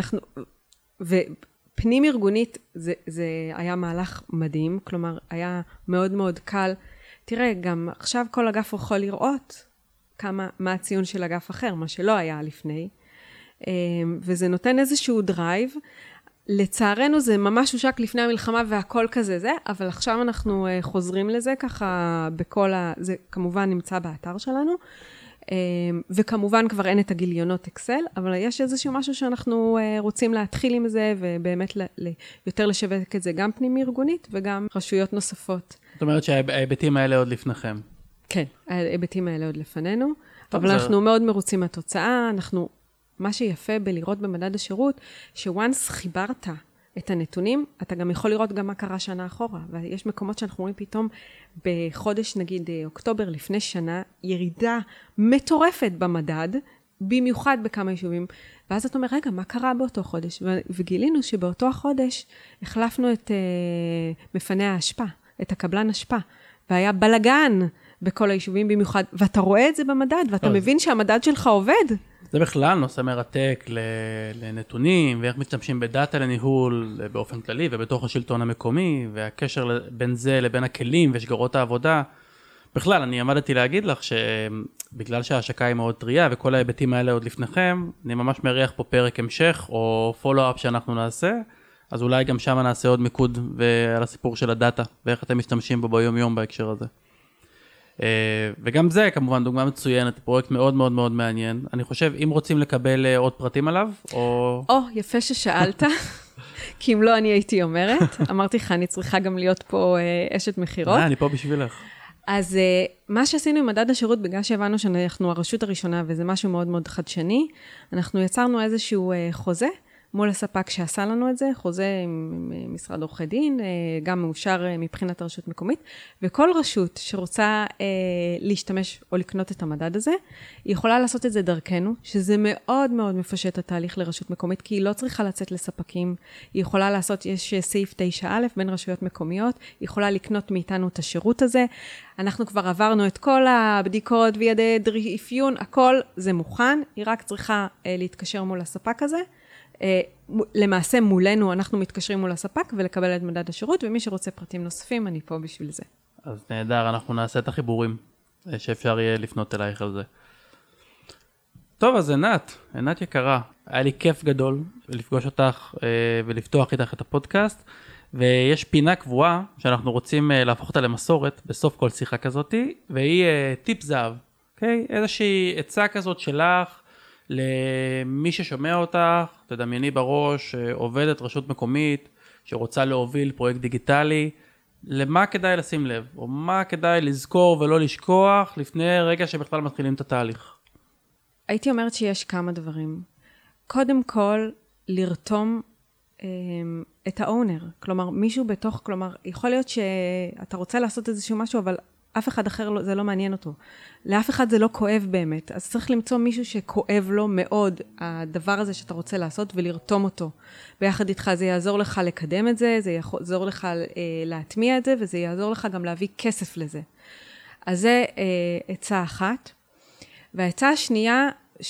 S1: ופנים ארגונית, זה היה מהלך מדהים, כלומר, היה מאוד מאוד קל. תראה, גם עכשיו כל אגף יכול לראות מה הציון של אגף אחר, מה שלא היה לפני, וזה נותן איזשהו דרייב. לצערנו זה ממש הושק לפני המלחמה והכל כזה זה, אבל עכשיו אנחנו חוזרים לזה ככה זה כמובן נמצא באתר שלנו, וכמובן כבר אין את הגיליונות אקסל, אבל יש איזשהו משהו שאנחנו רוצים להתחיל עם זה, ובאמת יותר לשווק את זה גם פנימי ארגונית וגם רשויות נוספות.
S3: זאת אומרת שההיבטים האלה עוד לפניכם.
S1: כן, ההיבטים האלה עוד לפנינו, אבל אנחנו מאוד מרוצים מהתוצאה, מה שיפה בלראות במדד השירות, שוואנס חיברת את הנתונים, אתה גם יכול לראות גם מה קרה שנה אחורה, ויש מקומות שאנחנו רואים פתאום בחודש, נגיד אוקטובר לפני שנה, ירידה מטורפת במדד, במיוחד בכמה יישובים, ואז אתה אומר, רגע, מה קרה באותו חודש? וגילינו שבאותו החודש החלפנו את מפני ההשפעה, את הקבלן השפעה, והיה בלגן בכל היישובים במיוחד, ואתה רואה את זה במדד, ואתה מבין שהמדד שלך עובד.
S3: זה בכלל נושא מרתק לנתונים, ואיך משתמשים בדאטה לניהול באופן כללי, ובתוך השלטון המקומי, והקשר בין זה לבין הכלים ושגרות העבודה. בכלל, אני עמדתי להגיד לך שבגלל שההשקה היא מאוד טריה, וכל ההיבטים האלה עוד לפניכם, אני ממש מריח פה פרק המשך, או פולו-אפ שאנחנו נעשה, אז אולי גם שם נעשה עוד מיקוד על הסיפור של הדאטה, ואיך אתם משתמשים בו ביום-יום בהקשר הזה. וגם זה כמובן דוגמה מצוינת, פרויקט מאוד מאוד מאוד מעניין. אני חושב, אם רוצים לקבל עוד פרטים עליו, או...
S1: יפה ששאלת, כי אם לא אני הייתי אומרת. אמרתי לך, אני צריכה גם להיות פה אשת מחירות.
S3: אני פה בשבילך.
S1: אז מה שעשינו עם מדד השירות, בגלל שהבנו שאנחנו הרשות הראשונה, וזה משהו מאוד מאוד חדשני, אנחנו יצרנו איזשהו חוזה, מול הספק שעשה לנו את זה, חוזה עם משרד עורכי דין, גם מאושר מבחינת הרשות מקומית, וכל רשות שרוצה להשתמש או לקנות את המדד הזה, היא יכולה לעשות את זה דרכנו, שזה מאוד מאוד מפשט התהליך לרשות מקומית, כי היא לא צריכה לצאת לספקים, היא יכולה לעשות, יש סעיף 9א בין רשויות מקומיות, היא יכולה לקנות מאיתנו את השירות הזה, אנחנו כבר עברנו את כל הבדיקות וידי אפיון, הכל זה מוכן, היא רק צריכה להתקשר מול הספק הזה, למעשה מולנו אנחנו מתקשרים מול הספק ולקבל את מדד השירות, ומי שרוצה פרטים נוספים, אני פה בשביל זה.
S3: אז נהדר, אנחנו נעשה את החיבורים שאפשר יהיה לפנות אלייך על זה. טוב, אז עינת יקרה, היה לי כיף גדול לפגוש אותך ולפתוח איתך את הפודקאסט, ויש פינה קבועה שאנחנו רוצים להפוך אותה למסורת בסוף כל שיחה כזאת, והיא טיפ זהב, אוקיי? איזושהי עצה כזאת שלך, למי ששומע אותך, תדמייני בראש, עובדת רשות מקומית, שרוצה להוביל פרויקט דיגיטלי, למה כדאי לשים לב, או מה כדאי לזכור ולא לשכוח, לפני רגע שבכלל מתחילים את התהליך?
S1: הייתי אומרת שיש כמה דברים. קודם כל, לרתום את האונר, כלומר, מישהו בתוך, כלומר, יכול להיות שאתה רוצה לעשות איזשהו משהו, אבל אף אחד אחר זה לא מעניין אותו. לאף אחד זה לא כואב באמת. אז צריך למצוא מישהו שכואב לו מאוד הדבר הזה שאתה רוצה לעשות ולרתום אותו. ביחד איתך זה יעזור לך לקדם את זה, זה יעזור לך להטמיע את זה, וזה יעזור לך גם להביא כסף לזה. אז זה עצה אחת. והעצה השנייה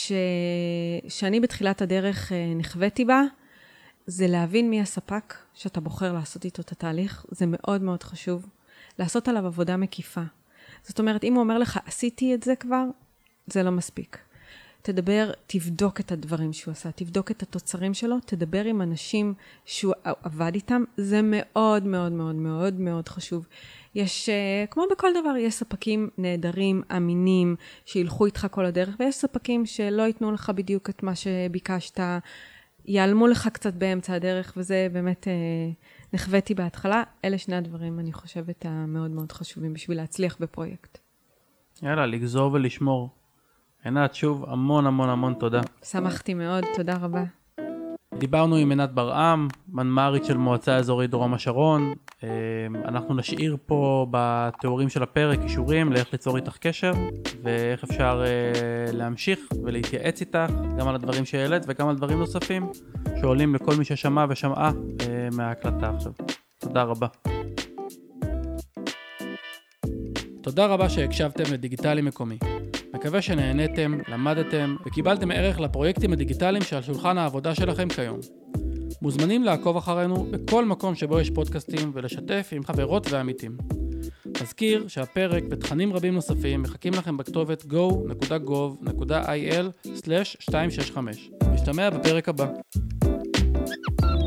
S1: שאני בתחילת הדרך נחוויתי בה, זה להבין מי הספק שאתה בוחר לעשות איתו את התהליך. זה מאוד מאוד חשוב. לעשות עליו עבודה מקיפה. זאת אומרת, אם הוא אומר לך, עשיתי את זה כבר, זה לא מספיק. תדבר, תבדוק את הדברים שהוא עשה, תבדוק את התוצרים שלו, תדבר עם אנשים שהוא עבד איתם, זה מאוד מאוד מאוד מאוד מאוד חשוב. יש, כמו בכל דבר, יש ספקים נהדרים, אמינים, שילכו איתך כל הדרך, ויש ספקים שלא ייתנו לך בדיוק את מה שביקשת, יעלמו לך קצת באמצע הדרך, וזה באמת נחוויתי בהתחלה. אלה שני הדברים, אני חושבת, המאוד מאוד חשובים בשביל להצליח בפרויקט.
S3: יאללה, לגזור ולשמור. עינת, שוב, המון המון המון תודה.
S1: שמחתי מאוד, תודה רבה.
S3: דיברנו עם עינת ברעם, מנמ"רית של מועצה אזורית דרום השרון. אנחנו נשאיר פה בתיאורים של הפרק אישורים לאיך ליצור איתך קשר, ואיך אפשר להמשיך ולהתייעץ איתך, גם על הדברים שהעלית וגם על דברים נוספים, שעולים לכל מי ששמע ושמעה מההקלטה עכשיו. תודה רבה. תודה רבה שהקשבתם לדיגיטלי מקומי. מקווה שנהניתם, למדתם וקיבלתם ערך לפרויקטים הדיגיטליים שעל שולחן העבודה שלכם כיום. מוזמנים לעקוב אחרינו בכל מקום שבו יש פודקאסטים ולשתף עם חברות ועמיתים. מזכיר שהפרק ותכנים רבים נוספים מחכים לכם בכתובת go.gov.il/265. משתמע בפרק הבא.